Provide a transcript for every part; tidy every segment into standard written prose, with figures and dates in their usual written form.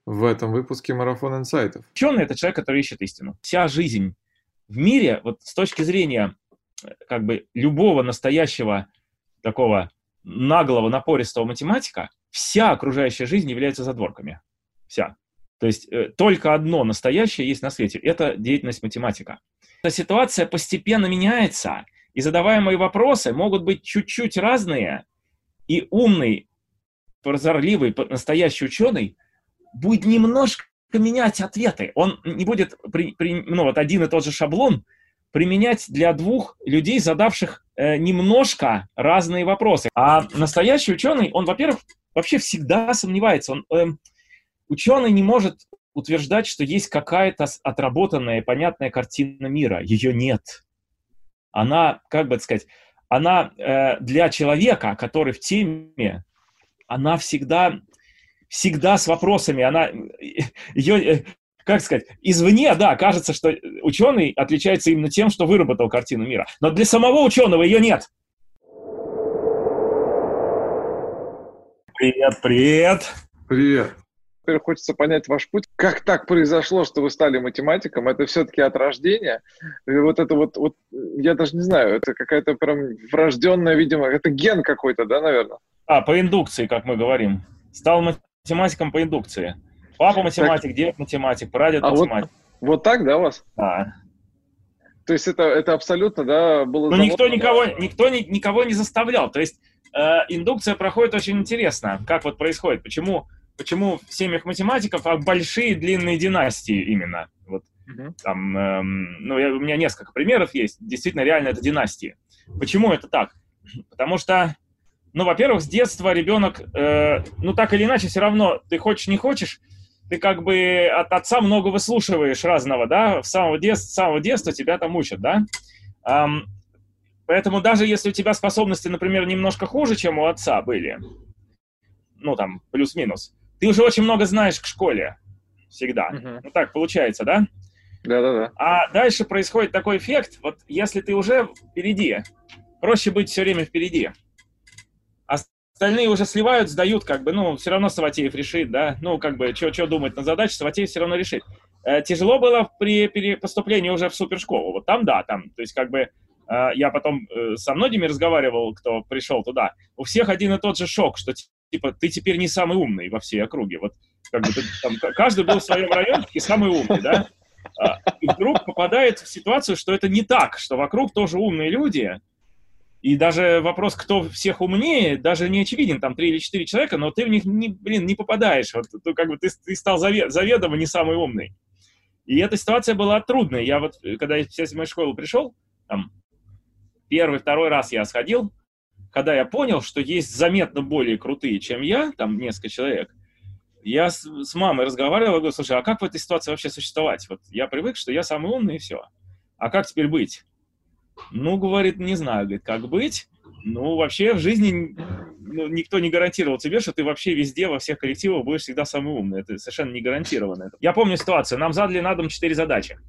В этом выпуске «Марафон инсайтов». Ученый – это человек, который ищет истину. Вся жизнь в мире, вот с точки зрения как бы любого настоящего такого наглого, напористого математика, вся окружающая жизнь является задворками. Вся. То есть только одно настоящее есть на свете – это деятельность математика. Эта ситуация постепенно меняется, и задаваемые вопросы могут быть чуть-чуть разные, и умный, прозорливый, настоящий ученый будет немножко менять ответы. Он не будет один и тот же шаблон применять для двух людей, задавших немножко разные вопросы. А настоящий ученый, он, во-первых, вообще всегда сомневается. Ученый не может утверждать, что есть какая-то отработанная, понятная картина мира. Ее нет. Она, как бы сказать, она для человека, который в теме, она всегда с вопросами, как сказать, извне, да, кажется, что ученый отличается именно тем, что выработал картину мира. Но для самого ученого ее нет. Привет, привет. Привет. Теперь хочется понять ваш путь. Как так произошло, что вы стали математиком? Это все-таки от рождения? Вот это вот, я даже не знаю, это какая-то прям врожденная, видимо, это ген какой-то, да, наверное? По индукции, как мы говорим. Стал математиком по индукции. Папа математик, дед математик, прадед математик. Вот так, да, у вас? Да. То есть это абсолютно, да, было... Но никто никого не заставлял. То есть индукция проходит очень интересно. Как вот происходит? Почему в семьях математиков большие длинные династии именно? Вот, там, у меня несколько примеров есть. Действительно, реально это династии. Почему это так? Потому что, во-первых, с детства ребенок, так или иначе, все равно, ты хочешь, не хочешь, ты как бы от отца много выслушиваешь разного, да, с самого детства тебя там учат, да. Поэтому даже если у тебя способности, например, немножко хуже, чем у отца были, плюс-минус, ты уже очень много знаешь к школе всегда. Так получается, да? Да. А дальше происходит такой эффект, вот если ты уже впереди, проще быть все время впереди. Остальные уже сливают, сдают, все равно Саватеев решит, да, что думать на задаче, Саватеев все равно решит. Тяжело было при поступлении уже в супершколу, вот там, да, там, то есть, я потом со многими разговаривал, кто пришел туда, у всех один и тот же шок, что, ты теперь не самый умный во всей округе, вот, каждый был в своем районе и самый умный, да, и вдруг попадает в ситуацию, что это не так, что вокруг тоже умные люди. И даже вопрос, кто всех умнее, даже не очевиден, там 3 или 4 человека, но ты в них не попадаешь. Вот, ты стал заведомо не самый умный. И эта ситуация была трудная. Я когда из 7-й школы пришел, там, 1-2 раз я сходил, когда я понял, что есть заметно более крутые, чем я, там несколько человек, я с мамой разговаривал, говорю, слушай, а как в этой ситуации вообще существовать? Вот я привык, что я самый умный, и все. А как теперь быть? Говорит, не знаю, говорит, как быть. Вообще в жизни никто не гарантировал тебе, что ты вообще везде, во всех коллективах будешь всегда самый умный. Это совершенно не гарантированно. Я помню ситуацию. Нам задали на дом 4 задачи.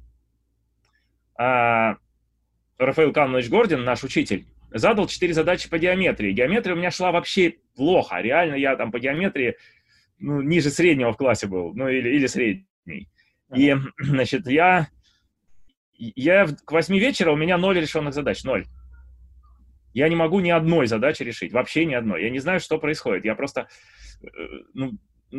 Рафаэль Канович Гордин, наш учитель, задал 4 задачи по геометрии. Геометрия у меня шла вообще плохо. Реально я там по геометрии ниже среднего в классе был. Или средний. И, значит, к 8 вечера у меня 0 решенных задач, 0. Я не могу ни одной задачи решить, вообще ни одной. Я не знаю, что происходит. Я просто, у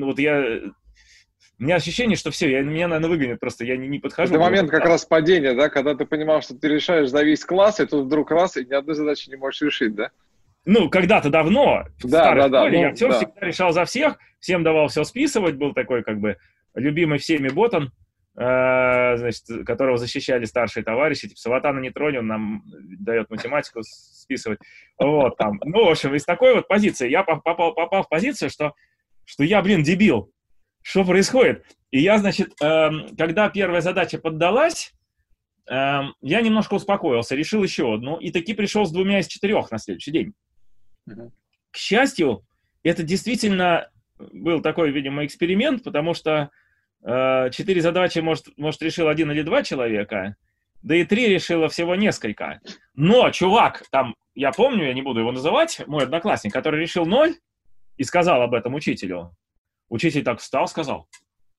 меня ощущение, что все, меня, наверное, выгонят просто, я не подхожу. Это момент как раз падения, да, когда ты понимал, что ты решаешь за весь класс, и тут вдруг раз, и ни одной задачи не можешь решить, да? Когда-то давно, в старой школе, я всегда решал за всех, всем давал все списывать, был такой, любимый всеми Ботан, которого защищали старшие товарищи, Саватана не тронь, он нам дает математику списывать. Вот, там. В общем, из такой вот позиции я попал в позицию, что я, дебил. Что происходит? И я, когда первая задача поддалась, я немножко успокоился, решил еще одну, и таки пришел с 2 из 4 на следующий день. К счастью, это действительно был такой, видимо, эксперимент, потому что 4 задачи, может, решил 1 или 2 человека, да и 3 решило всего несколько. Но чувак, там, я помню, я не буду его называть, мой одноклассник, который решил 0 и сказал об этом учителю. Учитель так встал, сказал,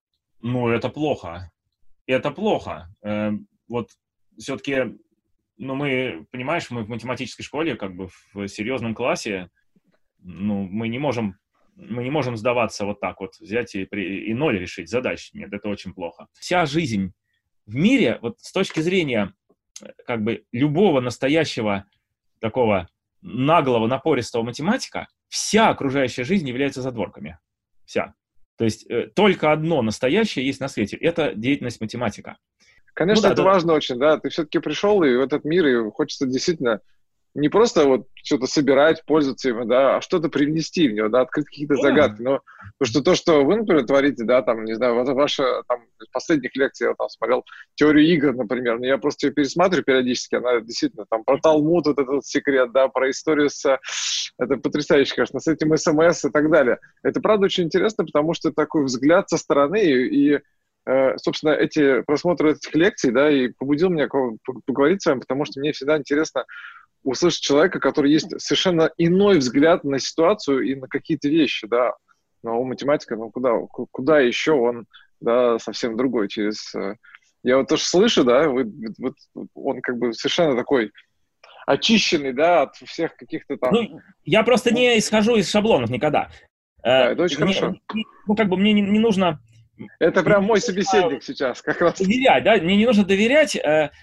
Ну, это плохо. Это плохо. Вот все-таки, ну, мы, понимаешь, мы в математической школе, как бы в серьезном классе, ну, мы не можем сдаваться вот так вот, взять и ноль решить задач. Нет, это очень плохо. Вся жизнь в мире, вот с точки зрения как бы любого настоящего такого наглого, напористого математика, вся окружающая жизнь является задворками. Вся. То есть только одно настоящее есть на свете. Это деятельность математика. Конечно, это важно очень, да. Ты все-таки пришел и в этот мир, и хочется действительно не просто вот что-то собирать, пользоваться им, да, а что-то привнести в него, да, открыть какие-то загадки. Но потому что то, что вы, например, творите, да, там, не знаю, ваша, там, из последних лекций я там смотрел теорию игр, например, но я просто ее пересматриваю периодически, она действительно там про Талмуд, вот этот вот секрет, да, про историю это потрясающе, конечно, с этим СМС и так далее. Это, правда, очень интересно, потому что такой взгляд со стороны и собственно, просмотр этих лекций, да, и побудил меня поговорить с вами, потому что мне всегда интересно услышать человека, который есть совершенно иной взгляд на ситуацию и на какие-то вещи, да. Но у математика, ну, куда еще он, да, совсем другой. Я вот тоже слышу, да, он как бы совершенно такой очищенный, да, от всех каких-то там... Ну, я просто не исхожу из шаблонов никогда. Да, это очень хорошо. Ну, как бы мне не нужно... Это прям мой собеседник сейчас, как раз. Доверять, да, мне не нужно доверять,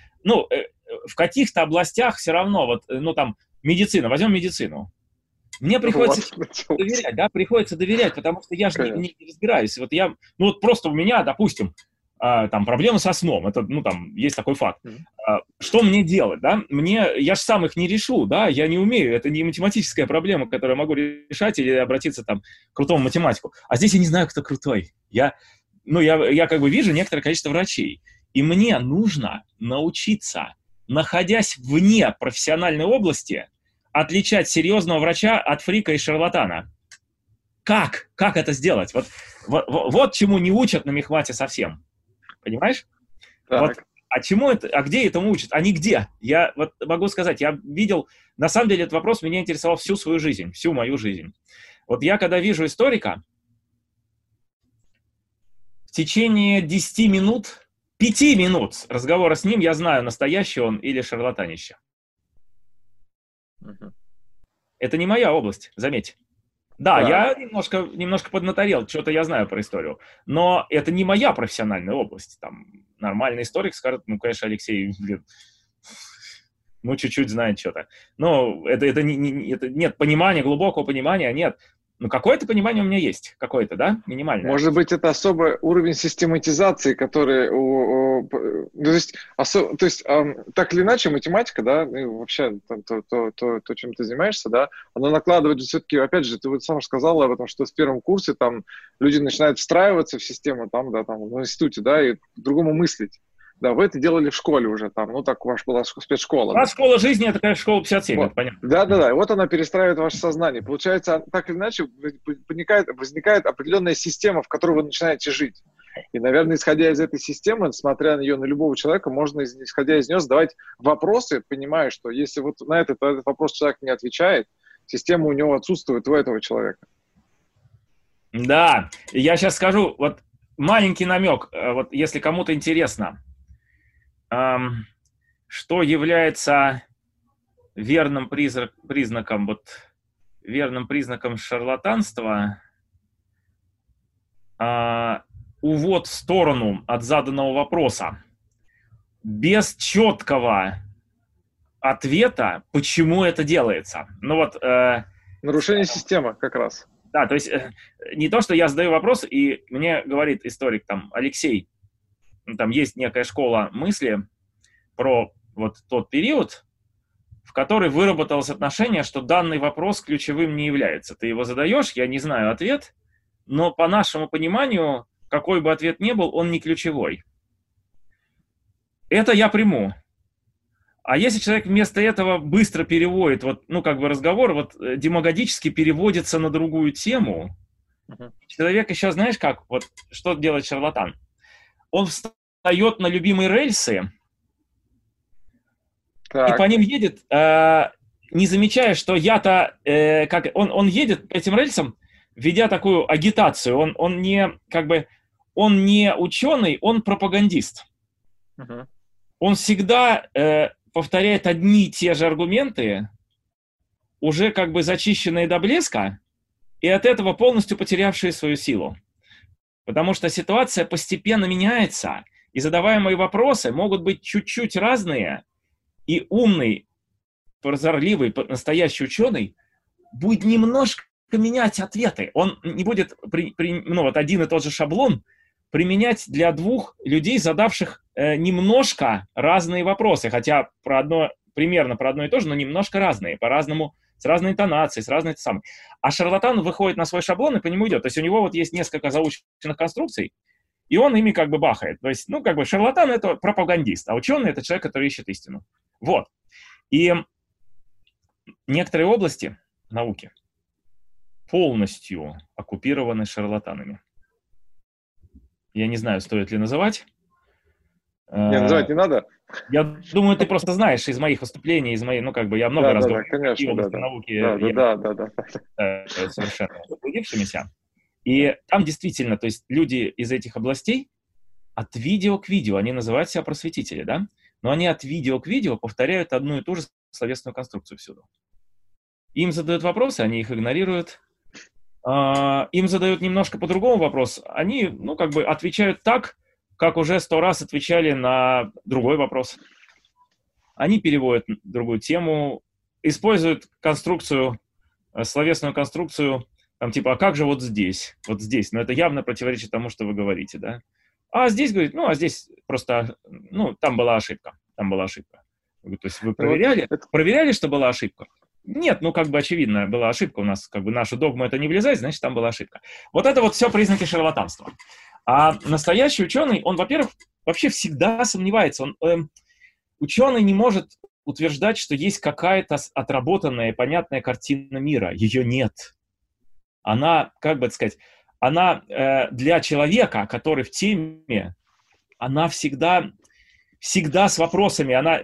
в каких-то областях все равно, вот, ну, там, медицина, возьмем медицину. Мне приходится доверять, да, приходится доверять, потому что я же не разбираюсь. Вот просто у меня, допустим, там, проблемы со сном, это, ну, там, есть такой факт. Что мне делать, да? Я же сам их не решу, да, я не умею, это не математическая проблема, которую я могу решать или обратиться, там, к крутому математику. А здесь я не знаю, кто крутой. Я как бы вижу некоторое количество врачей, и мне нужно научиться, находясь вне профессиональной области, отличать серьезного врача от фрика и шарлатана. Как? Как это сделать? Вот чему не учат на мехмате совсем. Понимаешь? Вот, где этому учат? А нигде. Я вот могу сказать, я видел, на самом деле этот вопрос меня интересовал всю свою жизнь, всю мою жизнь. Вот я когда вижу историка, в течение 10 минут, 5 минут разговора с ним я знаю, настоящий он или шарлатанище. Это не моя область, заметь. Да, я немножко поднаторел, что-то я знаю про историю, но это не моя профессиональная область. Там нормальный историк скажет, ну, конечно, Алексей, ну, чуть-чуть знает что-то. Но это нет понимания, глубокого понимания, нет. Ну, какое-то понимание у меня есть, какое-то, да, минимальное. Может быть, это особый уровень систематизации, который то есть, так или иначе, математика, да, и вообще то, чем ты занимаешься, да, она накладывает все-таки, опять же, ты вот сам сказал об этом, что в первом курсе там люди начинают встраиваться в систему, там, да, там, в институте, да, и по-другому мыслить. Да, вы это делали в школе уже, там, ну, так у вас была спецшкола. Да, школа жизни, это, конечно, школа 57, вот. Это понятно. Да, вот она перестраивает ваше сознание. Получается, так или иначе, возникает определенная система, в которой вы начинаете жить. И, наверное, исходя из этой системы, смотря на нее на любого человека, можно, исходя из нее, задавать вопросы, понимая, что если вот на этот вопрос человек не отвечает, система у него отсутствует у этого человека. Да, я сейчас скажу, вот маленький намек, вот если кому-то интересно, что является верным признаком шарлатанства, увод в сторону от заданного вопроса без четкого ответа, почему это делается. Ну вот, нарушение системы как раз. Да, то есть не то, что я задаю вопрос, и мне говорит историк, там, Алексей, там есть некая школа мысли про вот тот период, в который выработалось отношение, что данный вопрос ключевым не является. Ты его задаешь, я не знаю ответ, но по нашему пониманию, какой бы ответ ни был, он не ключевой. Это я приму. А если человек вместо этого быстро переводит, вот, ну, как бы разговор, вот, демагогически переводится на другую тему, человек еще, знаешь как, вот, что делает шарлатан? Он встает на любимые рельсы и по ним едет, не замечая, что я-то, он едет по этим рельсам, ведя такую агитацию, он не, как бы, он не ученый, он пропагандист. Мгм. Он всегда повторяет одни и те же аргументы, уже как бы зачищенные до блеска, и от этого полностью потерявшие свою силу. Потому что ситуация постепенно меняется, и задаваемые вопросы могут быть чуть-чуть разные, и умный, прозорливый, настоящий ученый будет немножко менять ответы. Он не будет вот один и тот же шаблон применять для двух людей, задавших немножко разные вопросы, хотя примерно про одно и то же, но немножко разные, по-разному, с разной интонацией, с разной самой. А шарлатан выходит на свой шаблон и по нему идет. То есть у него вот есть несколько заученных конструкций, и он ими как бы бахает. То есть, ну, как бы шарлатан — это пропагандист, а ученый — это человек, который ищет истину. Вот. И некоторые области науки полностью оккупированы шарлатанами. Я не знаю, стоит ли называть. Не, называть не надо? Я думаю, ты просто знаешь из моих выступлений, ну, как бы я много раз говорю конечно, в области науки да. совершенно заблудившимися. И там действительно, то есть люди из этих областей от видео к видео, они называют себя просветители, да? Но они от видео к видео повторяют одну и ту же словесную конструкцию всюду. Им задают вопросы, они их игнорируют. Им задают немножко по-другому вопрос, они, ну, как бы отвечают так, как уже 100 раз отвечали на другой вопрос. Они переводят другую тему, используют конструкцию, словесную конструкцию, там типа, а как же вот здесь? Вот здесь. Но это явно противоречит тому, что вы говорите, да? А здесь, говорит, ну, а здесь просто, ну, там была ошибка. Там была ошибка. То есть вы проверяли, что была ошибка? Нет, ну, как бы очевидно, была ошибка. У нас, как бы, нашу догму это не влезает, значит, там была ошибка. Вот это вот все признаки шарлатанства. А настоящий ученый, он, во-первых, вообще всегда сомневается. Ученый не может утверждать, что есть какая-то отработанная, понятная картина мира. Ее нет. Она, как бы это сказать, она для человека, который в теме, она всегда с вопросами, она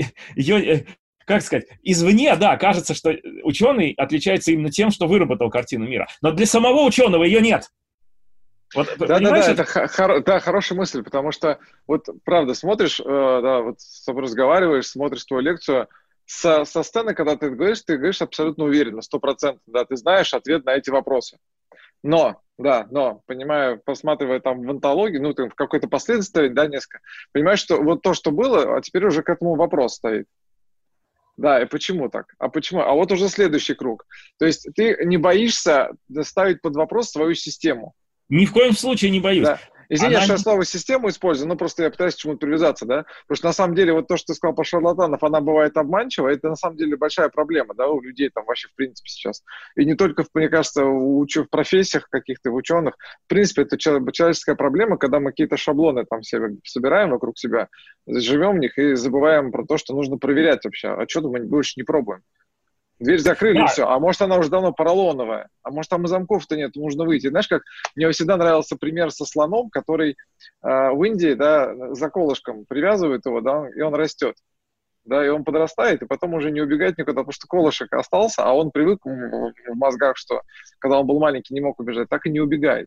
ее, как сказать, извне, да, кажется, что ученый отличается именно тем, что выработал картину мира. Но для самого ученого ее нет. Вот, это хорошая мысль, потому что, вот, правда, смотришь, вот с тобой разговариваешь, смотришь твою лекцию, со сцены, когда ты говоришь абсолютно уверенно, 100%, да, ты знаешь ответ на эти вопросы. Но, понимаю, посматривая там в антологии, ну, ты в какой-то последовательности, да, несколько, понимаешь, что вот то, что было, а теперь уже к этому вопрос стоит. Да, и почему так? А почему? А вот уже следующий круг. То есть ты не боишься ставить под вопрос свою систему. Ни в коем случае не боюсь. Да. Извини, что я слово «систему» использую, но просто я пытаюсь к чему-то привязаться, да? Потому что на самом деле вот то, что ты сказал про шарлатанов, она бывает обманчива, это на самом деле большая проблема, да, у людей там вообще в принципе сейчас. И не только, мне кажется, в профессиях каких-то, в ученых. В принципе, это человеческая проблема, когда мы какие-то шаблоны там себе собираем вокруг себя, живем в них и забываем про то, что нужно проверять вообще. А что-то мы больше не пробуем. Дверь закрыли, и все. А может, она уже давно поролоновая. А может, там и замков-то нет, нужно выйти. Знаешь, как мне всегда нравился пример со слоном, который в Индии, да, за колышком привязывают его, да, и он растет. Да, и он подрастает, и потом уже не убегает никуда, потому что колышек остался, а он привык в мозгах, что когда он был маленький, не мог убежать, так и не убегает.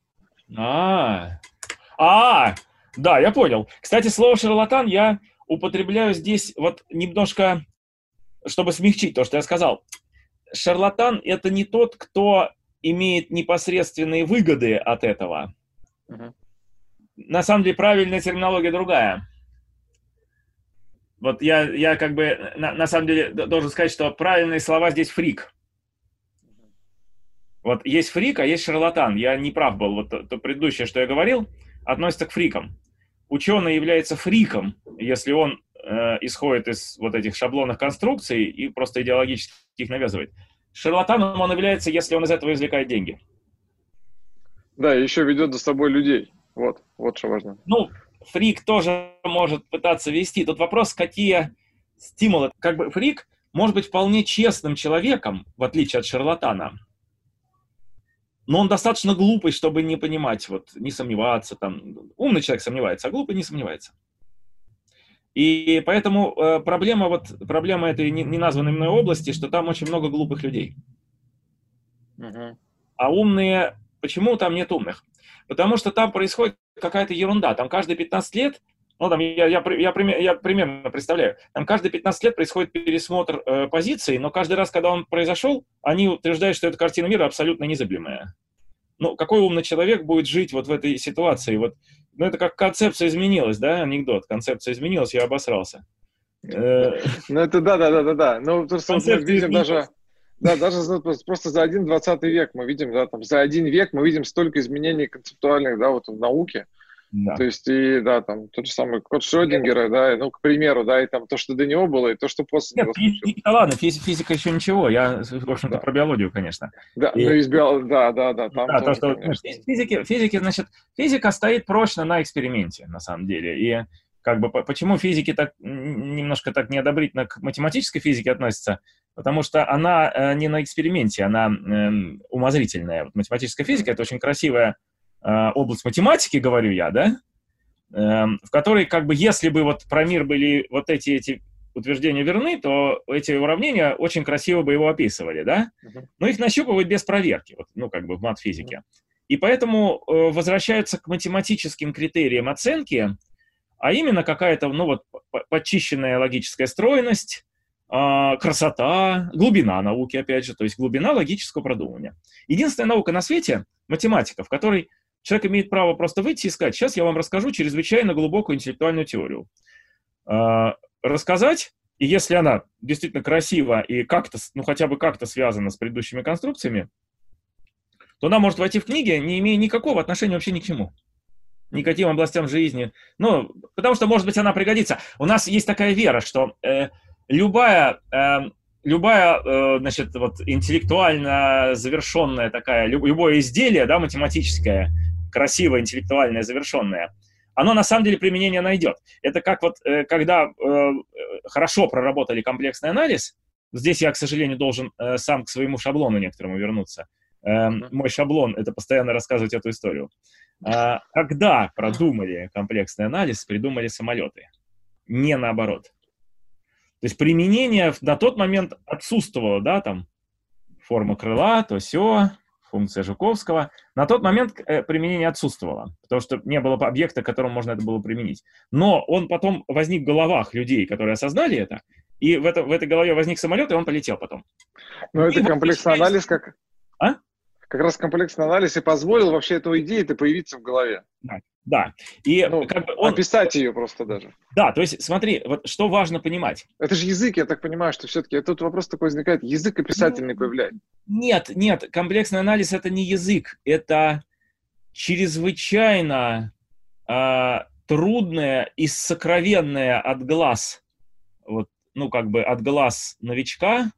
Да, я понял. Кстати, слово «шарлатан» я употребляю здесь вот немножко, чтобы смягчить то, что я сказал. Шарлатан — это не тот, кто имеет непосредственные выгоды от этого. Uh-huh. На самом деле правильная терминология другая. Вот я как бы на самом деле должен сказать, что правильные слова здесь фрик. Вот есть фрик, а есть шарлатан. Я не прав был. Вот то предыдущее, что я говорил, относится к фрикам. Ученый является фриком, если он исходит из вот этих шаблонных конструкций и просто идеологически их навязывает. Шарлатаном он является, если он из этого извлекает деньги. Да, и еще ведет за собой людей. Вот что важно. Ну, фрик тоже может пытаться вести. Тут вопрос, какие стимулы. Как бы фрик может быть вполне честным человеком, в отличие от шарлатана. Но он достаточно глупый, чтобы не понимать, вот, не сомневаться. Там. Умный человек сомневается, а глупый не сомневается. И поэтому проблема этой неназванной мной области, что там очень много глупых людей. Uh-huh. А умные... Почему там нет умных? Потому что там происходит какая-то ерунда. Там каждые 15 лет, ну, там я примерно представляю, там каждые 15 лет происходит пересмотр позиций, но каждый раз, когда он произошел, они утверждают, что эта картина мира абсолютно незыблемая. Ну, какой умный человек будет жить вот в этой ситуации? Вот, ну, это как концепция изменилась, да, анекдот. Концепция изменилась, я обосрался. Ну, это да. Ну, просто мы видим даже просто за 20 век мы видим, да, там, за 1 век мы видим столько изменений концептуальных, да, вот в науке. Да. То есть, и, да, там, тот же самый код Шрёдингера, да, ну, к примеру, да, и там то, что до него было, и то, что после него случилось. Ладно, физика еще ничего, я, в общем-то, про биологию, конечно. Да, ну, из да, там да, тоже, то, что, физики, значит, физика стоит прочно на эксперименте, на самом деле, и как бы почему физики так немножко так неодобрительно к математической физике относятся, потому что она не на эксперименте, она умозрительная. Вот математическая физика — это очень красивая область математики, говорю я, да, в которой, как бы, если бы вот про мир были вот эти утверждения верны, то эти уравнения очень красиво бы его описывали, да, но их нащупывают без проверки, вот, ну, как бы в мат-физике. И поэтому возвращаются к математическим критериям оценки, а именно какая-то, ну, вот, подчищенная логическая стройность, красота, глубина науки, опять же, то есть глубина логического продумывания. Единственная наука на свете — математика, в которой человек имеет право просто выйти и сказать: сейчас я вам расскажу чрезвычайно глубокую интеллектуальную теорию. Рассказать, и если она действительно красива и как-то, ну, хотя бы как-то связана с предыдущими конструкциями, то она может войти в книги, не имея никакого отношения вообще ни к чему. Никаким областям жизни. Ну, потому что, может быть, она пригодится. У нас есть такая вера, что любая, значит, вот интеллектуально завершенное такая, любое изделие, да, математическое, красивое, интеллектуальное, завершенное, оно на самом деле применение найдет. Это как вот, когда хорошо проработали комплексный анализ, здесь я, к сожалению, должен сам к своему шаблону некоторому вернуться. Мой шаблон — это постоянно рассказывать эту историю. Когда продумали комплексный анализ, придумали самолеты. Не наоборот. То есть применение на тот момент отсутствовало, да, там, форма крыла, то сё, функция Жуковского. На тот момент применение отсутствовало, потому что не было объекта, к которому можно это было применить. Но он потом возник в головах людей, которые осознали это, и в этой голове возник самолет, и он полетел потом. Ну, это комплексный анализ как... А? Как раз комплексный анализ и позволил вообще эту идею-то появиться в голове. Да. И ну, как бы описать ее просто даже. Да, то есть смотри, вот что важно понимать. Это же язык, я так понимаю, что все-таки тут вопрос такой возникает, язык описательный появляется. Нет, комплексный анализ — это не язык, это чрезвычайно трудное и сокровенное от глаз, вот, ну, как бы от глаз новичка,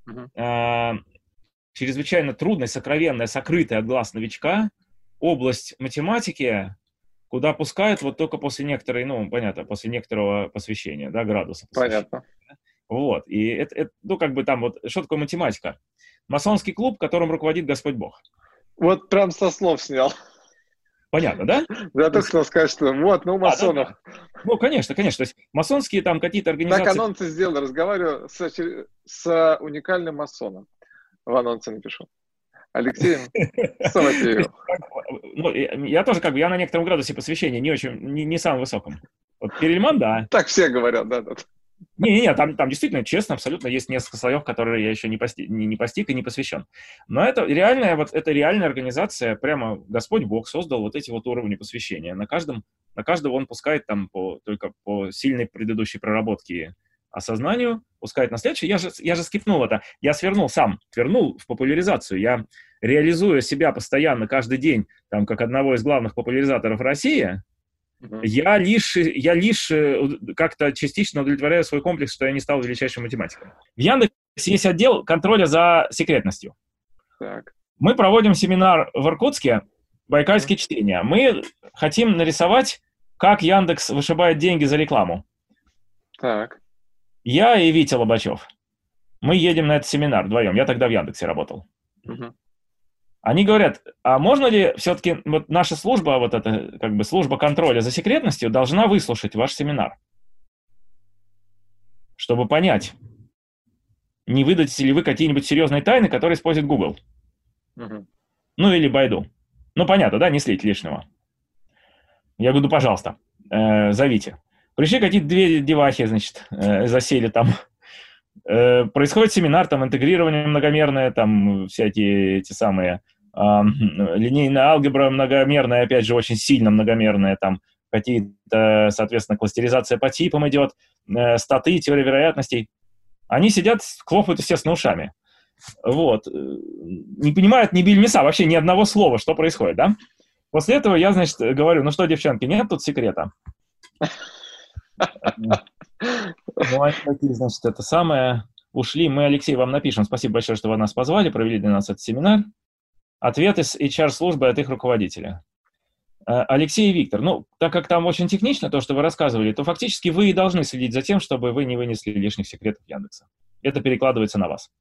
чрезвычайно трудная, сокровенная, сокрытая от глаз новичка область математики, куда пускают вот только после некоторой, ну, понятно, после некоторого посвящения, да, градуса посвящения. Понятно. Вот, и это, ну, как бы там вот, что такое математика? Масонский клуб, которым руководит Господь Бог. Вот прям со слов снял. Понятно, да? Я только хотел сказать, что вот, ну, масонов. Да. Ну, конечно. То есть масонские там какие-то организации... Так анонсы сделал, разговариваю с уникальным масоном. В анонсе напишу. Алексеем Самотеевым. Ну, я тоже как бы, я на некотором градусе посвящения, не самом высоком. Вот Перельман, да. Так все говорят, да. Не, там действительно, честно, абсолютно есть несколько слоев, которые я еще не постиг и не посвящен. Но это реальная организация, прямо Господь Бог создал вот эти вот уровни посвящения. На каждого он пускает там только по сильной предыдущей проработке осознанию, пускает на следующий. Я же скипнул это. Я свернул в популяризацию. Я реализую себя постоянно, каждый день, там, как одного из главных популяризаторов России. Я лишь как-то частично удовлетворяю свой комплекс, что я не стал величайшим математиком. В Яндексе есть отдел контроля за секретностью. Так. Мы проводим семинар в Иркутске «Байкальские чтения». Мы хотим нарисовать, как Яндекс вышибает деньги за рекламу. Так. Я и Витя Лобачев. Мы едем на этот семинар вдвоем. Я тогда в Яндексе работал. Они говорят, а можно ли все-таки вот наша служба, вот эта как бы служба контроля за секретностью, должна выслушать ваш семинар, чтобы понять, не выдадите ли вы какие-нибудь серьезные тайны, которые использует Google. Ну или Baidu. Ну, понятно, да, не слить лишнего. Я говорю, ну, пожалуйста, зовите. Пришли какие-то две девахи, значит, засели там. Происходит семинар, там, интегрирование многомерное, там, всякие эти самые, линейная алгебра многомерная, опять же, очень сильно многомерная, там, какие-то, соответственно, кластеризация по типам идет, статы, теория вероятностей. Они сидят, хлопают, естественно, ушами. Вот. Не понимают ни бельмеса, вообще ни одного слова, что происходит, да? После этого я, значит, говорю, ну что, девчонки, нет тут секрета? Ну, они такие, значит, это самое... Ушли. Мы, Алексей, вам напишем. Спасибо большое, что вы нас позвали, провели для нас этот семинар. Ответ из HR-службы от их руководителя. Алексей и Виктор, ну, так как там очень технично то, что вы рассказывали, то фактически вы и должны следить за тем, чтобы вы не вынесли лишних секретов Яндекса. Это перекладывается на вас.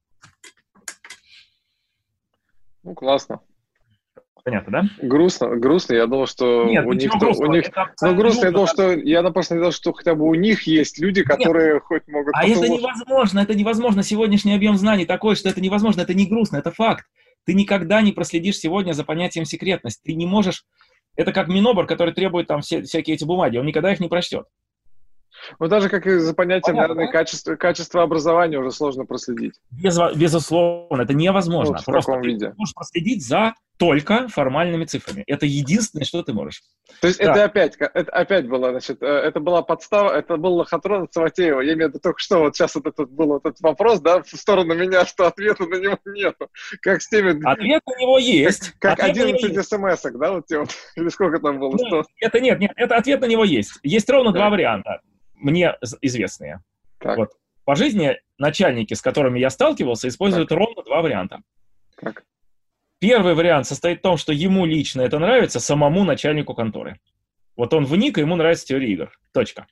Ну, классно. Понятно, да? Грустно. Я думал, что Нет, у них... Ну, грустно, я думал, что... Я просто не думал, что хотя бы у них есть люди, которые Нет. Хоть могут... А это невозможно. Сегодняшний объем знаний такой, что это невозможно. Это не грустно, это факт. Ты никогда не проследишь сегодня за понятием секретность. Ты не можешь... Это как Минобр, который требует там всякие эти бумаги. Он никогда их не прочтет. Ну, даже как и за понятием, наверное, да? качество образования уже сложно проследить. Безусловно, это невозможно. Вот в таком виде. Ты можешь проследить за только формальными цифрами. Это единственное, что ты можешь. То есть это опять было, значит, это была подстава, это был лохотрон от Саватеева. Я имею в виду только что вот сейчас вот этот был вот этот вопрос, да, в сторону меня, что ответа на него нету. Как с теми... Ответ на него есть. Как 11 смс-ок, да, вот те вот, или сколько там было? Нет, это ответ на него есть. Есть ровно два варианта, мне известные. Вот. По жизни начальники, с которыми я сталкивался, используют ровно два варианта. Как? Первый вариант состоит в том, что ему лично это нравится, самому начальнику конторы. Вот он вник, и ему нравится теория игр. Точка.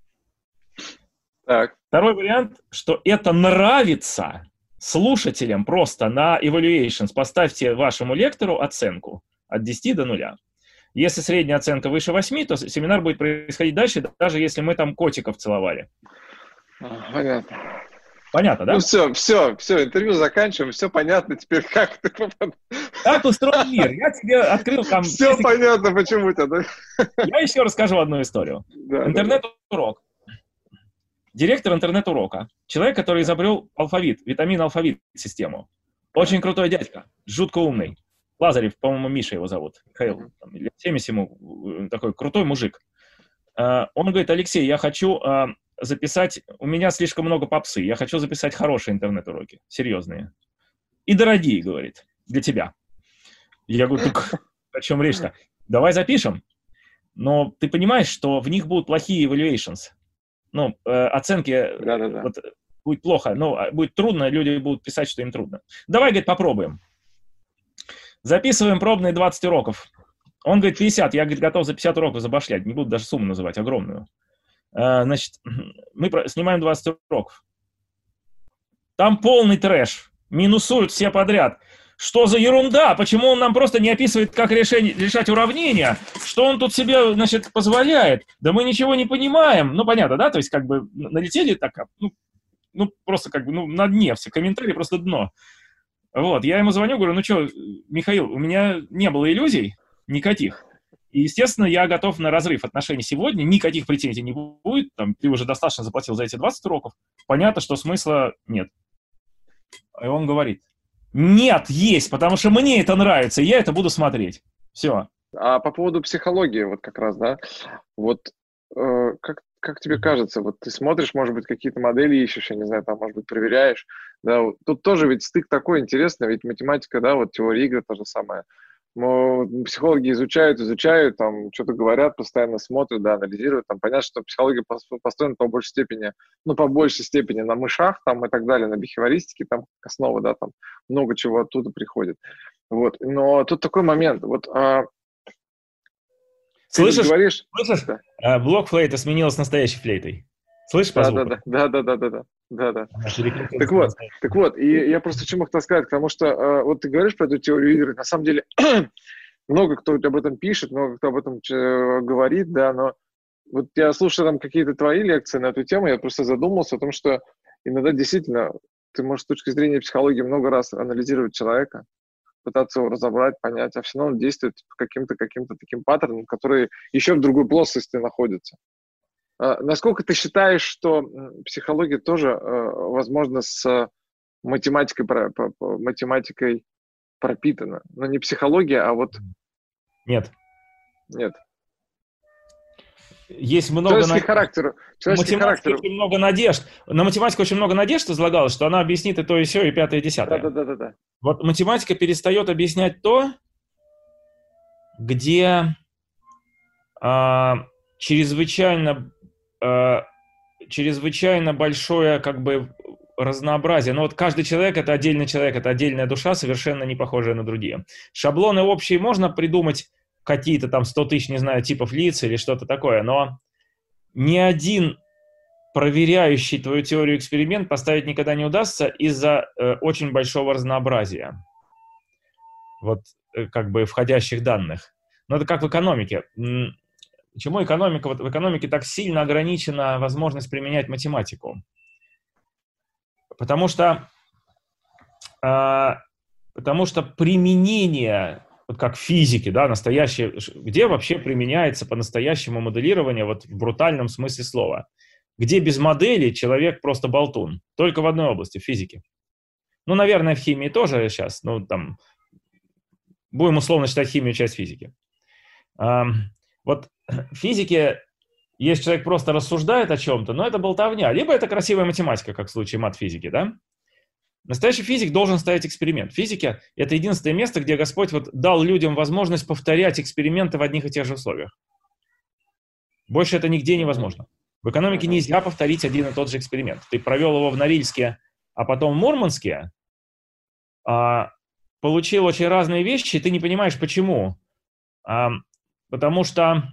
Так. Второй вариант, что это нравится слушателям просто на evaluations. Поставьте вашему лектору оценку от 10 до 0. Если средняя оценка выше 8, то семинар будет происходить дальше, даже если мы там котиков целовали. Понятно. Понятно, да? Ну все, интервью заканчиваем, все понятно теперь, как ты... Как устроен мир? Я тебе открыл там... Все понятно, почему тебя, да? Я еще расскажу одну историю. Интернет-урок. Директор интернет-урока. Человек, который изобрел алфавит, витамин-алфавит-систему. Очень крутой дядька, жутко умный. Лазарев, по-моему, Миша его зовут. Михаил, лет 70 ему, такой крутой мужик. Он говорит: Алексей, я хочу записать, у меня слишком много попсы, я хочу записать хорошие интернет-уроки, серьезные. И дорогие, говорит, для тебя. Я говорю: так о чем речь-то? Давай запишем. Но ты понимаешь, что в них будут плохие evaluations. Ну, оценки вот, будет плохо, но будет трудно, люди будут писать, что им трудно. Давай, говорит, попробуем. Записываем пробные 20 уроков. Он говорит: 50. Я, говорит, готов за 50 уроков забашлять. Не буду даже сумму называть, огромную. Значит, мы снимаем 20 уроков. Там полный трэш. Минусуют все подряд. Что за ерунда? Почему он нам просто не описывает, как решать уравнения? Что он тут себе, значит, позволяет? Да мы ничего не понимаем. Ну, понятно, да? То есть, как бы, налетели так, ну просто как бы, на дне все. Комментарии просто дно. Вот, я ему звоню, говорю: ну что, Михаил, у меня не было иллюзий никаких. И, естественно, я готов на разрыв отношений сегодня, никаких претензий не будет, там, ты уже достаточно заплатил за эти 20 уроков, понятно, что смысла нет. И он говорит: нет, есть, потому что мне это нравится, и я это буду смотреть. Все. А по поводу психологии, вот как раз, да, вот как тебе кажется, вот ты смотришь, может быть, какие-то модели ищешь, я не знаю, там, может быть, проверяешь, да, вот, тут тоже ведь стык такой интересный, ведь математика, да, вот теория игр то же самое. Психологи изучают, там, что-то говорят, постоянно смотрят, да, анализируют, там, понятно, что психология построена по большей степени на мышах, там, и так далее, на бихевиористике, там, основа, да, там, много чего оттуда приходит, вот, но тут такой момент, вот, слышишь? Говоришь? Слышишь? Да. Блок флейта сменилась настоящей флейтой. Слышишь по звуку? Да. Так вот, и я просто чему хотел сказать, потому что вот ты говоришь про эту теорию игр, на самом деле много кто об этом пишет, много кто об этом говорит, да, но вот я слушаю там какие-то твои лекции на эту тему, я просто задумался о том, что иногда действительно ты можешь с точки зрения психологии много раз анализировать человека, пытаться его разобрать, понять, а все равно он действует по каким-то таким паттернам, которые еще в другой плоскости находятся. Насколько ты считаешь, что психология тоже, возможно, с математикой пропитана? Но не психология, а вот... Нет. Нет. Есть много человеческий характер. Очень много надежд. На математику очень много надежд излагалось, что она объяснит и то, и сё, и пятое, и десятое. Да. Вот математика перестает объяснять то, где чрезвычайно большое как бы разнообразие. Но вот каждый человек — это отдельный человек, это отдельная душа, совершенно не похожая на другие. Шаблоны общие можно придумать, какие-то там 100 тысяч, не знаю, типов лиц или что-то такое, но ни один проверяющий твою теорию эксперимент поставить никогда не удастся из-за очень большого разнообразия вот как бы входящих данных. Но это как в экономике. Почему экономика? Вот в экономике так сильно ограничена возможность применять математику. Потому что применение, вот как в физике, да, настоящее, где вообще применяется по-настоящему моделирование вот в брутальном смысле слова? Где без модели человек просто болтун? Только в одной области, в физике. Ну, наверное, в химии тоже сейчас, ну, там, будем условно считать химию часть физики. Вот в физике, если человек просто рассуждает о чем-то, но это болтовня, либо это красивая математика, как в случае мат-физики, да? Настоящий физик должен ставить эксперимент. Физика — это единственное место, где Господь вот дал людям возможность повторять эксперименты в одних и тех же условиях. Больше это нигде невозможно. В экономике нельзя повторить один и тот же эксперимент. Ты провел его в Норильске, а потом в Мурманске, получил очень разные вещи, и ты не понимаешь, почему. Потому что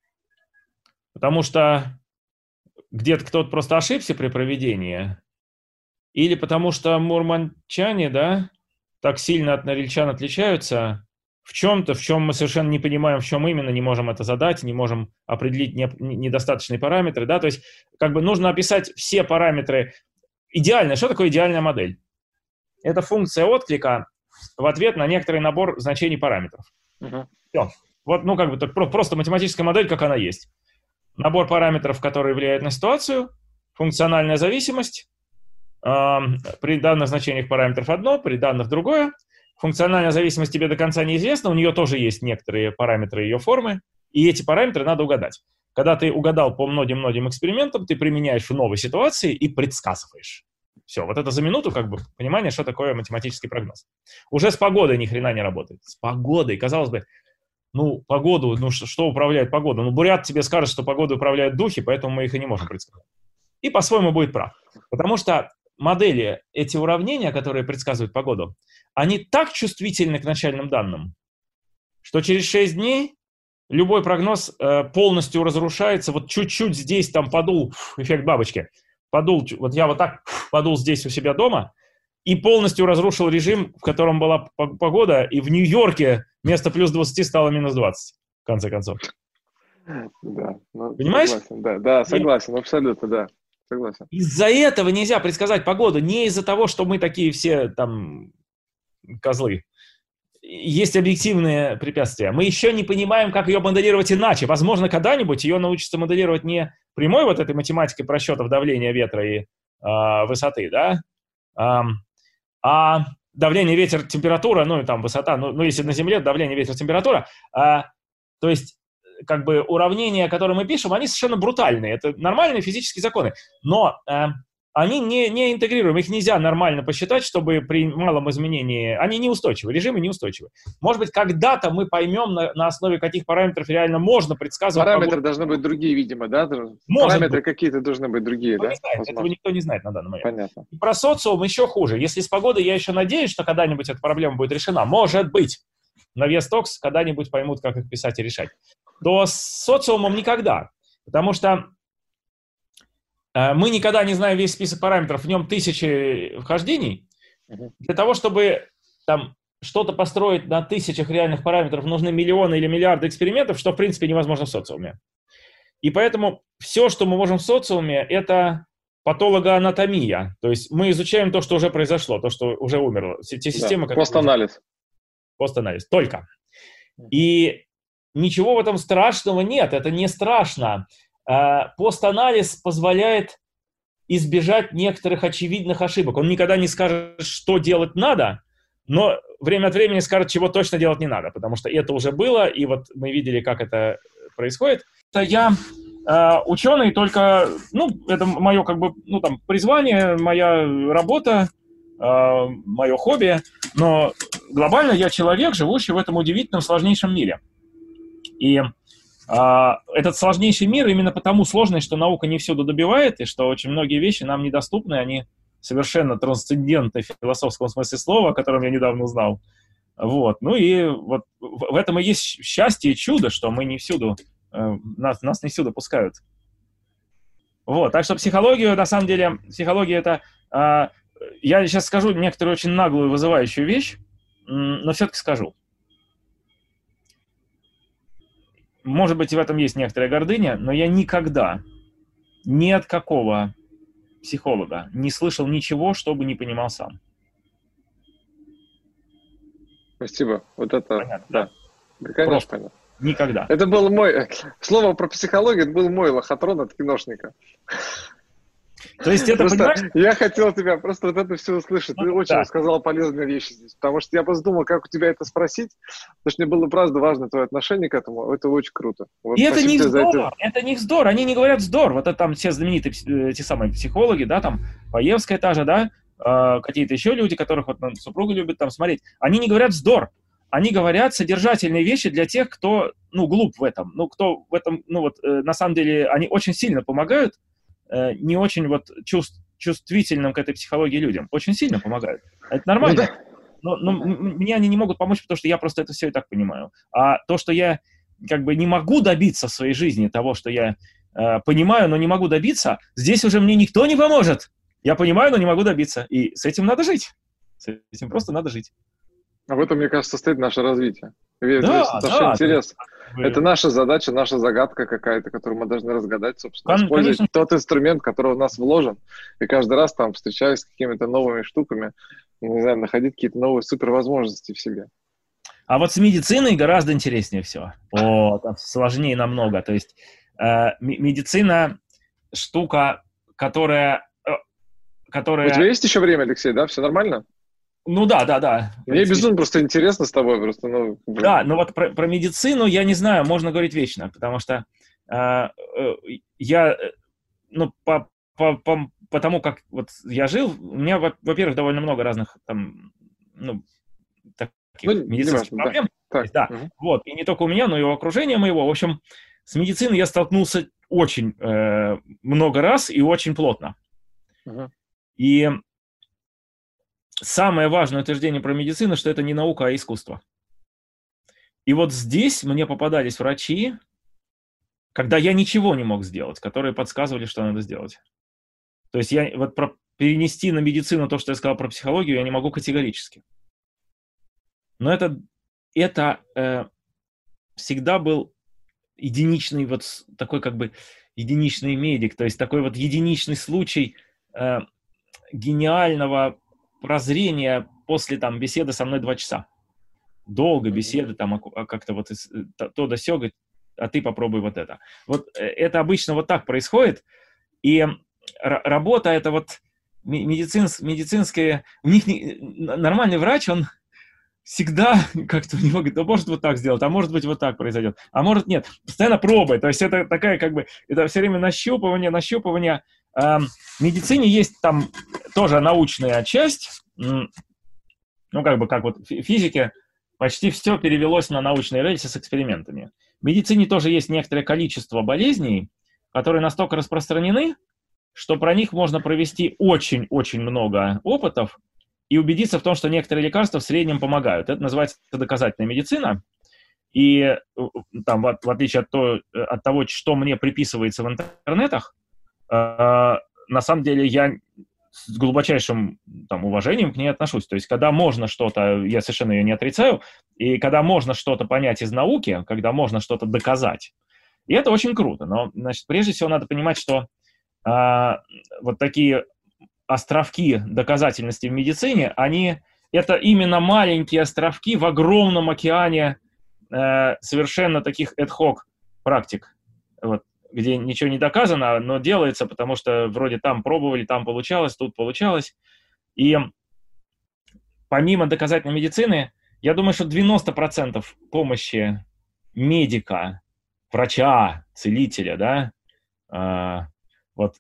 где-то кто-то просто ошибся при проведении, или потому что мурманчане, да, так сильно от норильчан отличаются в чем-то, в чем мы совершенно не понимаем, в чем именно, не можем это задать, не можем определить недостаточные параметры, да, то есть как бы нужно описать все параметры. Идеальная, что такое идеальная модель? Это функция отклика в ответ на некоторый набор значений параметров. Все. Вот, ну, как бы так, просто математическая модель, как она есть. Набор параметров, которые влияют на ситуацию, функциональная зависимость, при данных значениях параметров одно, при данных другое. Функциональная зависимость тебе до конца неизвестна, у нее тоже есть некоторые параметры ее формы, и эти параметры надо угадать. Когда ты угадал по многим экспериментам, ты применяешь в новой ситуации и предсказываешь. Все, вот это за минуту как бы понимание, что такое математический прогноз. Уже с погодой ни хрена не работает. С погодой, казалось бы, ну, погоду, ну, что управляет погоду? Ну, бурят тебе скажет, что погоду управляют духи, поэтому мы их и не можем предсказать. И по-своему будет прав. Потому что модели, эти уравнения, которые предсказывают погоду, они так чувствительны к начальным данным, что через 6 дней любой прогноз полностью разрушается. Вот чуть-чуть здесь там подул, эффект бабочки, подул, вот я вот так подул здесь у себя дома и полностью разрушил режим, в котором была погода, и в Нью-Йорке вместо плюс 20 стало минус 20, в конце концов. Да, ну, понимаешь? Согласен, да, согласен, абсолютно, да. Согласен. Из-за этого нельзя предсказать погоду, не из-за того, что мы такие все там козлы. Есть объективные препятствия. Мы еще не понимаем, как ее моделировать иначе. Возможно, когда-нибудь ее научатся моделировать не прямой вот этой математикой просчетов давления ветра и высоты, да, а давление, ветер, температура, ну и там высота, ну если на Земле давление, ветер, температура, то есть как бы уравнения, которые мы пишем, они совершенно брутальные. Это нормальные физические законы. Но они не интегрируемы. Их нельзя нормально посчитать, чтобы при малом изменении... Они неустойчивы, режимы неустойчивы. Может быть, когда-то мы поймем, на основе каких параметров реально можно предсказывать... Параметры должны быть другие, видимо, да? Параметры какие-то должны быть другие, да? Этого никто не знает на данный момент. Понятно. И про социум еще хуже. Если с погодой я еще надеюсь, что когда-нибудь эта проблема будет решена, может быть, на Вестокс когда-нибудь поймут, как их писать и решать, то с социумом никогда. Потому что мы никогда не знаем весь список параметров, в нем тысячи вхождений. Для того, чтобы там что-то построить на тысячах реальных параметров, нужны миллионы или миллиарды экспериментов, что в принципе невозможно в социуме. И поэтому все, что мы можем в социуме, это патологоанатомия. То есть мы изучаем то, что уже произошло, то, что уже умерло. Те системы, постанализ. Постанализ. Только. И ничего в этом страшного нет, это не страшно. Постанализ позволяет избежать некоторых очевидных ошибок. Он никогда не скажет, что делать надо, но время от времени скажет, чего точно делать не надо, потому что это уже было, и вот мы видели, как это происходит. Я ученый только, это мое призвание, моя работа, мое хобби, но глобально я человек, живущий в этом удивительном, сложнейшем мире. И этот сложнейший мир именно потому сложный, что наука не всюду добивает, и что очень многие вещи нам недоступны, они совершенно трансцендентны в философском смысле слова, о котором я недавно узнал. Вот. Ну и вот в этом и есть счастье и чудо, что мы не всюду, нас не всюду пускают. Вот. Так что психология, на самом деле, психология это... я сейчас скажу некоторую очень наглую, вызывающую вещь, но все-таки скажу. Может быть, в этом есть некоторая гордыня, но я никогда ни от какого психолога не слышал ничего, чтобы не понимал сам. Спасибо. Вот это, понятно, да. Конечно, просто понятно. Никогда. Это был мой... Слово про психологию, это был мой лохотрон от киношника. То есть это, просто понимаешь? Я хотел тебя просто вот это все услышать. Ты очень рассказал полезные вещи здесь. Потому что я просто думал, как у тебя это спросить. Потому что мне было правда важно твое отношение к этому. Это очень круто. Вот, и это не вздор. Это не вздор. Они не говорят вздор. Вот это там все знаменитые те самые психологи, да, там Паевская та же, да, какие-то еще люди, которых вот супруга любит там смотреть. Они не говорят вздор. Они говорят содержательные вещи для тех, кто, глуп в этом. Кто в этом, на самом деле, они очень сильно помогают не очень чувствительным к этой психологии людям. Очень сильно помогают. Это нормально. Но мне они не могут помочь, потому что я просто это все и так понимаю. А то, что я не могу добиться в своей жизни того, что я понимаю, но не могу добиться, здесь уже мне никто не поможет. Я понимаю, но не могу добиться. И с этим надо жить. С этим просто надо жить. А в этом, мне кажется, состоит наше развитие. Да, интерес. Это наша задача, наша загадка какая-то, которую мы должны разгадать, собственно. Использовать тот инструмент, который в нас вложен, и каждый раз там, встречаясь с какими-то новыми штуками, не знаю, находить какие-то новые супервозможности в себе. А вот с медициной гораздо интереснее все. Там сложнее намного. То есть медицина штука, которая... У тебя есть еще время, Алексей, да? Все нормально? Да. Мне безумно просто интересно с тобой. Да, но вот про медицину, я не знаю, можно говорить вечно, потому что я, потому как вот я жил, у меня, во-первых, довольно много разных там, таких медицинских проблем. Да. Вот, и не только у меня, но и у окружения моего. В общем, с медициной я столкнулся очень много раз и очень плотно. И самое важное утверждение про медицину, что это не наука, а искусство. И вот здесь мне попадались врачи, когда я ничего не мог сделать, которые подсказывали, что надо сделать. То есть я вот перенести на медицину то, что я сказал про психологию, я не могу категорически. Но это всегда был единичный вот такой единичный медик, то есть такой вот единичный случай гениального прозрения после беседы со мной 2 часа. Долго беседы, как-то вот то да сё, говорит, а ты попробуй вот это. Вот это обычно вот так происходит, и работа это вот медицинская, у них нормальный врач, он всегда как-то у него говорит, может вот так сделать, а может быть вот так произойдет, а может нет. Постоянно пробует, то есть это такая это все время нащупывание. В медицине есть там тоже научная часть, как вот в физике почти все перевелось на научные рельсы с экспериментами. В медицине тоже есть некоторое количество болезней, которые настолько распространены, что про них можно провести очень-очень много опытов и убедиться в том, что некоторые лекарства в среднем помогают. Это называется доказательная медицина. И там, в отличие от того, что мне приписывается в интернетах, на самом деле я с глубочайшим уважением к ней отношусь. То есть, когда можно что-то, я совершенно ее не отрицаю, и когда можно что-то понять из науки, когда можно что-то доказать, и это очень круто. Но, значит, прежде всего надо понимать, что вот такие островки доказательности в медицине, они это именно маленькие островки в огромном океане совершенно таких ad-hoc практик, вот, где ничего не доказано, но делается, потому что вроде там пробовали, там получалось, тут получалось. И помимо доказательной медицины, я думаю, что 90% помощи медика, врача, целителя, да, вот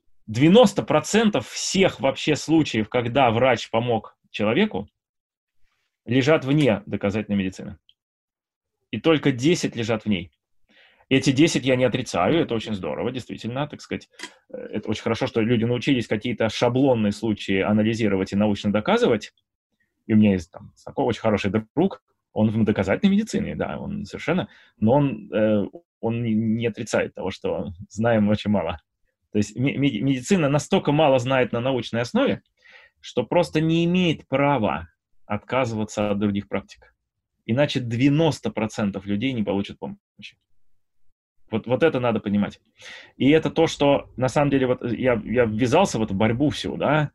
90% всех вообще случаев, когда врач помог человеку, лежат вне доказательной медицины. И только 10 лежат в ней. Эти 10 я не отрицаю, это очень здорово, действительно, так сказать. Это очень хорошо, что люди научились какие-то шаблонные случаи анализировать и научно доказывать. И у меня есть там такой очень хороший друг, он в доказательной медицине, да, он совершенно, но он не отрицает того, что знаем очень мало. То есть медицина настолько мало знает на научной основе, что просто не имеет права отказываться от других практик. Иначе 90% людей не получат помощи. Вот это надо понимать. И это то, что на самом деле вот я ввязался в эту борьбу всю, да.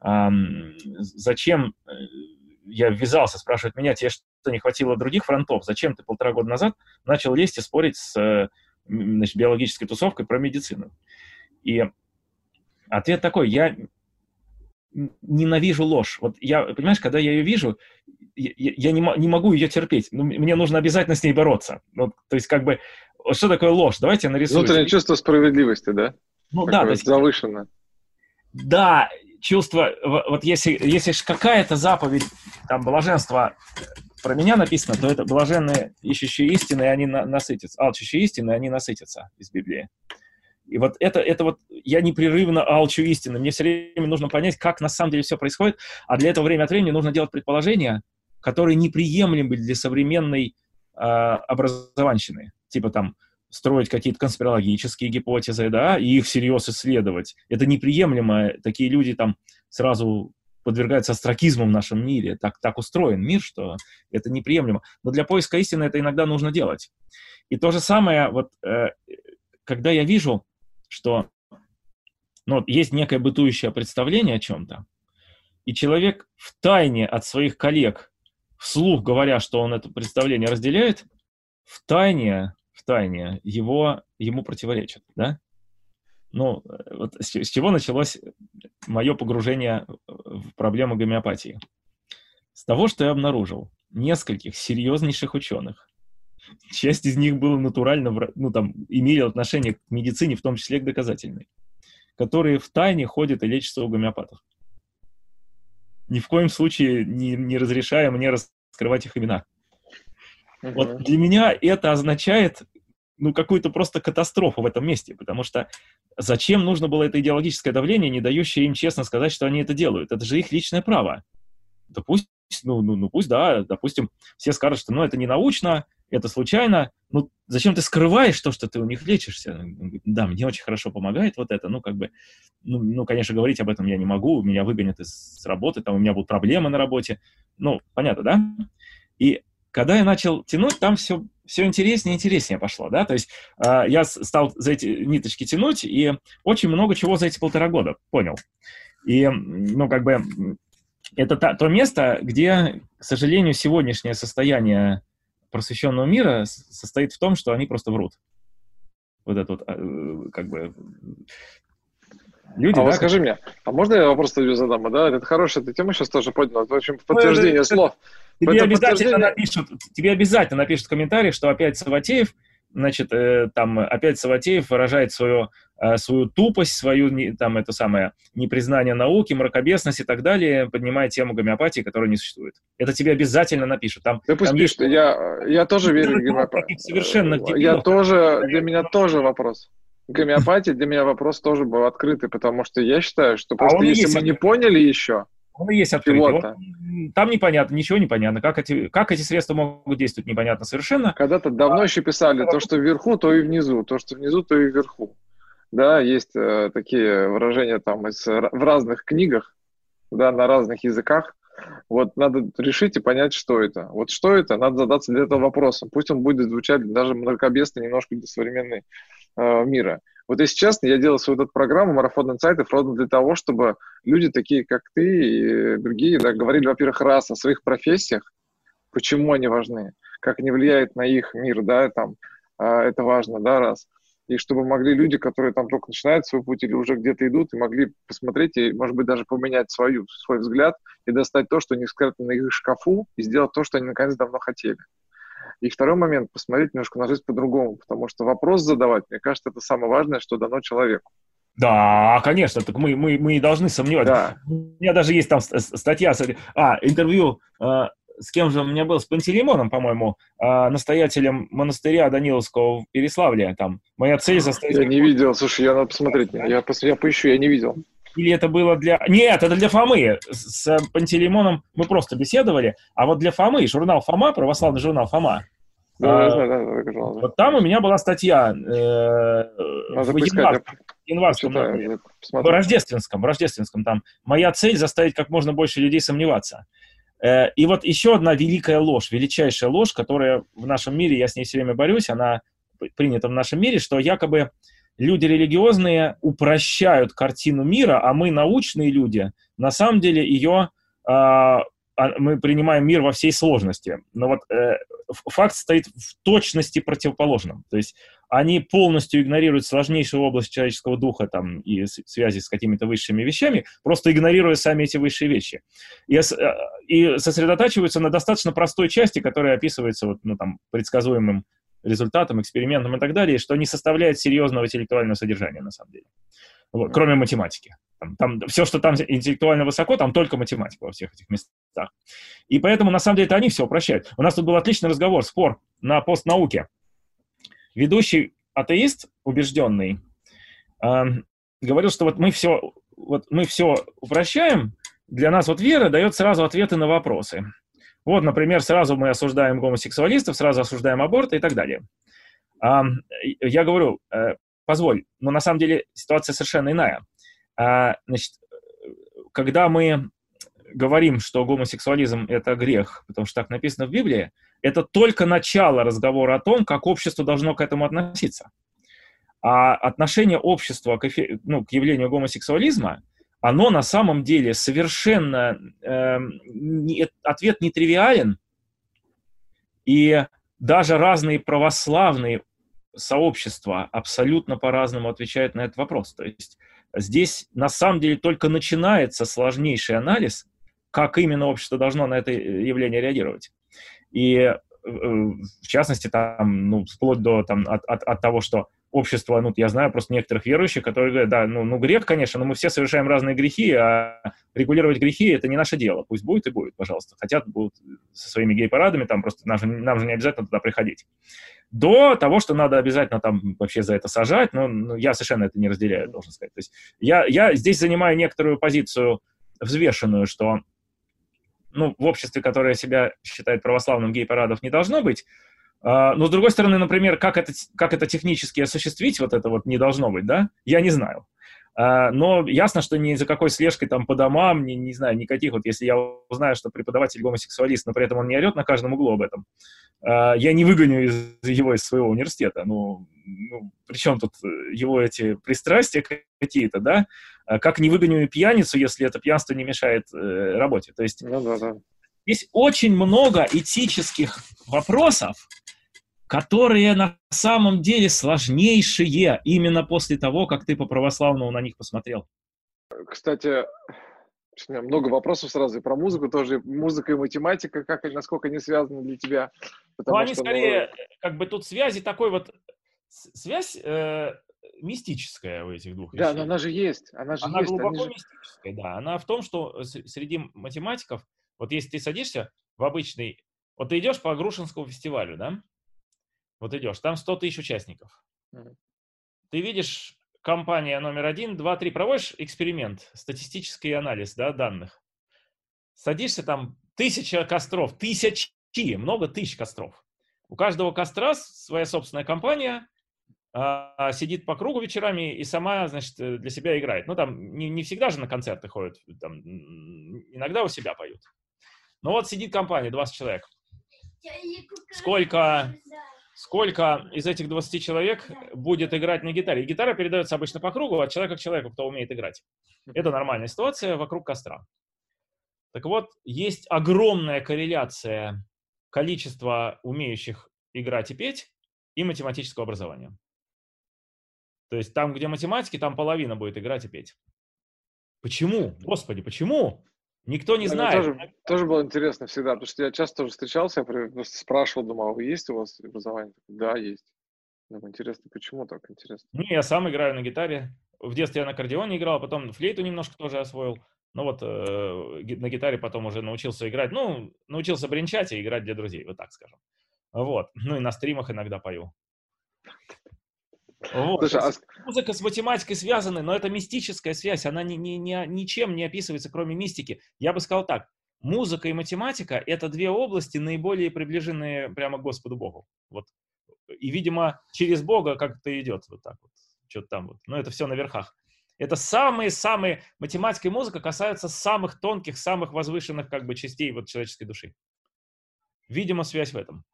Зачем я ввязался, спрашивают меня, тебе что, не хватило других фронтов? Зачем ты 1,5 года назад начал лезть и спорить с биологической тусовкой про медицину? И ответ такой: я ненавижу ложь. Вот я, понимаешь, когда я ее вижу, я не могу ее терпеть. Ну, мне нужно обязательно с ней бороться. Ну, то есть, как бы, что такое ложь? Давайте я нарисую. Внутреннее чувство справедливости, да? Ну, такое да, то есть, завышенное. Да, чувство, вот если какая-то заповедь, там, блаженство про меня написано, то это блаженные, ищущие истины, и они насытятся. Алчущие истины, и они насытятся из Библии. И вот это вот я непрерывно алчу истины. Мне все время нужно понять, как на самом деле все происходит, а для этого время от времени нужно делать предположения, которые неприемлемы для современной образованщины. Типа там строить какие-то конспирологические гипотезы, да, и их всерьез исследовать. Это неприемлемо. Такие люди там сразу подвергаются остракизму в нашем мире. Так устроен мир, что это неприемлемо. Но для поиска истины это иногда нужно делать. И то же самое, вот, когда я вижу, что есть некое бытующее представление о чем-то, и человек втайне от своих коллег, вслух говоря, что он это представление разделяет, втайне ему противоречат, да? Ну, вот с чего началось мое погружение в проблему гомеопатии? С того, что я обнаружил нескольких серьезнейших ученых. Часть из них была натурально, имели отношение к медицине, в том числе к доказательной, которые втайне ходят и лечатся у гомеопатов. Ни в коем случае не разрешая мне раскрывать их имена. Вот для меня это означает какую-то просто катастрофу в этом месте, потому что зачем нужно было это идеологическое давление, не дающее им честно сказать, что они это делают? Это же их личное право. Да пусть, пусть, да, допустим, все скажут, что это не научно, это случайно. Зачем ты скрываешь то, что ты у них лечишься? Да, мне очень хорошо помогает вот это. Конечно, говорить об этом я не могу, меня выгонят из работы, там у меня будут проблемы на работе. Понятно, да? И когда я начал тянуть, там все интереснее и интереснее пошло, да, то есть я стал за эти ниточки тянуть, и очень много чего за эти 1,5 года понял. И, это то место, где, к сожалению, сегодняшнее состояние просвещенного мира состоит в том, что они просто врут. Вот это вот, люди, вот скажи мне, а можно я вопрос тебе задам? Да, это хорошая тема сейчас тоже подняла, это очень подтверждение слов. Тебе обязательно напишут в комментариях, что опять Саватеев, опять Саватеев выражает свою тупость, свою, непризнание науки, мракобесность и так далее, поднимая тему гомеопатии, которая не существует. Это тебе обязательно напишут. Да пусть пишут, я тоже верю в гомеопатию. Для меня тоже вопрос. Гомеопатия для меня вопрос тоже был открытый, потому что я считаю, что просто если мы не поняли еще, он и есть открытый. Там непонятно, ничего не понятно. Как эти средства могут действовать, непонятно совершенно. Когда-то давно еще писали, то, что вверху, то и внизу, то, что внизу, то и вверху. Да, есть такие выражения там в разных книгах, да, на разных языках. Вот надо решить и понять, что это. Вот что это, надо задаться для этого вопросом. Пусть он будет звучать даже мракобесно немножко для современной мира. Вот если честно, я делал свою эту программу «Марафон инсайтов» ровно для того, чтобы люди такие, как ты и другие, да, говорили, во-первых, раз о своих профессиях, почему они важны, как они влияют на их мир, да, там, это важно, да, раз. И чтобы могли люди, которые там только начинают свой путь или уже где-то идут, и могли посмотреть и, может быть, даже поменять свой взгляд и достать то, что не скрыто на их шкафу, и сделать то, что они наконец давно хотели. И второй момент, посмотреть немножко на жизнь по-другому, потому что вопрос задавать, мне кажется, это самое важное, что дано человеку. Да, конечно, так мы и должны сомневаться. Да. У меня даже есть там статья, интервью, с кем же у меня был, с Пантелеймоном, по-моему, настоятелем монастыря Даниловского в Переславле. Там моя цель состоит... Я не видел, слушай, я надо посмотреть, я поищу, я не видел. Или это было для... Нет, это для Фомы. С Пантелеймоном мы просто беседовали, а вот для Фомы, журнал «Фома», православный журнал «Фома», вот там у меня была статья в январском, в рождественском там. Моя цель — заставить как можно больше людей сомневаться. И вот еще одна великая ложь, величайшая ложь, которая в нашем мире, я с ней все время борюсь, она принята в нашем мире, что якобы люди религиозные упрощают картину мира, а мы, научные люди, на самом деле мы принимаем мир во всей сложности. Но вот факт стоит в точности противоположном. То есть они полностью игнорируют сложнейшую область человеческого духа там, и связи с какими-то высшими вещами, просто игнорируя сами эти высшие вещи. И сосредотачиваются на достаточно простой части, которая описывается вот, предсказуемым результатом, экспериментом и так далее, что не составляет серьезного интеллектуального содержания на самом деле. Вот, кроме математики. Там все, что там интеллектуально высоко, там только математика во всех этих местах. И поэтому, на самом деле, это они все упрощают. У нас тут был отличный разговор, спор на постнауке. Ведущий атеист, убежденный, говорил, что вот мы все упрощаем, для нас вот вера дает сразу ответы на вопросы. Вот, например, сразу мы осуждаем гомосексуалистов, сразу осуждаем аборт и так далее. Я говорю, позволь, но на самом деле ситуация совершенно иная. Значит, когда мы говорим, что гомосексуализм — это грех, потому что так написано в Библии, это только начало разговора о том, как общество должно к этому относиться. А отношение общества к явлению гомосексуализма, оно на самом деле совершенно... ответ нетривиален, и даже разные православные сообщества абсолютно по-разному отвечают на этот вопрос. То есть здесь на самом деле только начинается сложнейший анализ, как именно общество должно на это явление реагировать. И в частности, там, вплоть до от того, что общество, я знаю просто некоторых верующих, которые говорят, да, грех, конечно, но мы все совершаем разные грехи, а регулировать грехи — это не наше дело. Пусть будет и будет, пожалуйста. Хотят, будут со своими гей-парадами, там просто нам же не обязательно туда приходить. До того, что надо обязательно там вообще за это сажать, но я совершенно это не разделяю, должен сказать. То есть я здесь занимаю некоторую позицию взвешенную, что в обществе, которое себя считает православным, гей-парадов не должно быть. Но, с другой стороны, например, как это технически осуществить, вот это вот не должно быть, да, я не знаю. Но ясно, что ни за какой слежкой там по домам, не знаю, никаких, вот если я узнаю, что преподаватель гомосексуалист, но при этом он не орет на каждом углу об этом, я не выгоню его из своего университета. При чем тут его эти пристрастия какие-то, да? Как не выгоню и пьяницу, если это пьянство не мешает работе. То есть есть очень много этических вопросов, которые на самом деле сложнейшие именно после того, как ты по-православному на них посмотрел. Кстати, у меня много вопросов сразу и про музыку тоже. Музыка и математика, насколько они связаны для тебя? Они скорее, тут связи такой вот... Связь мистическая у этих двух вещей. Да, но она же есть. Она глубоко мистическая, да. Она в том, что среди математиков, вот если ты садишься в обычный... Вот ты идешь по Грушинскому фестивалю, да? Вот идешь, там 100 тысяч участников. Ты видишь, компания номер 1, 2, 3, проводишь эксперимент, статистический анализ, да, данных. Садишься, там 1000 костров, много тысяч костров. У каждого костра своя собственная компания, сидит по кругу вечерами и сама, значит, для себя играет. Там не всегда же на концерты ходят, там, иногда у себя поют. Но вот сидит компания, 20 человек. сколько из этих 20 человек будет играть на гитаре. И гитара передается обычно по кругу от человека к человеку, кто умеет играть. Это нормальная ситуация вокруг костра. Так вот, есть огромная корреляция количества умеющих играть и петь и математического образования. То есть там, где математики, там половина будет играть и петь. Почему? Господи, почему? Никто не знает. Мне тоже было интересно всегда, потому что я часто тоже встречался, я просто спрашивал, думал, есть у вас образование? Да, есть. Думаю, интересно, почему так интересно? Ну, я сам играю на гитаре. В детстве я на аккордеоне играл, потом флейту немножко тоже освоил. Ну вот на гитаре потом уже научился играть. Ну, научился бренчать и играть для друзей, вот так скажем. Вот. Ну и на стримах иногда пою. Вот. Слушай, Музыка с математикой связаны, но это мистическая связь, она ничем не описывается, кроме мистики. Я бы сказал так, музыка и математика — это две области, наиболее приближенные прямо к Господу Богу. Вот. И, видимо, через Бога как-то идет вот так вот, что-то там вот. Но это все на верхах. Это самые-самые... Математика и музыка касаются самых тонких, самых возвышенных как бы частей вот человеческой души. Видимо, связь в этом.